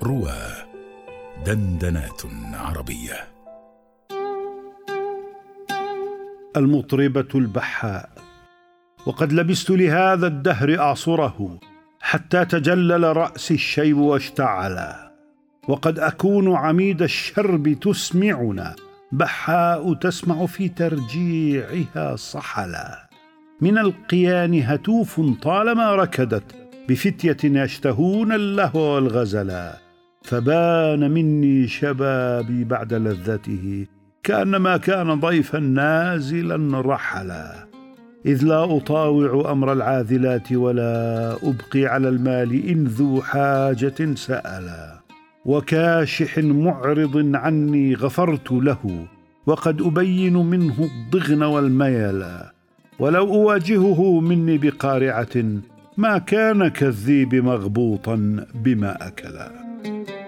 روى دندنات عربية. المطربة البحاء. وقد لبست لهذا الدهر أعصره، حتى تجلل رأسي الشيب واشتعلا. وقد أكون عميد الشرب تسمعنا، بحاء تسمع في ترجيعها صحلا. من القيان هتوف طالما ركدت، بفتية يشتهون اللهو والغزلا. فبان مني شبابي بعد لذته، كأنما كان ضيفا نازلا رحلا. إذ لا أطاوع أمر العاذلات، ولا أبقي على المال إن ذو حاجة سألا. وكاشح معرض عني غفرت له، وقد أبين منه الضغن والميلا. ولو أواجهه مني بقارعة، ما كان كالذيب مغبوطا بما أكلا.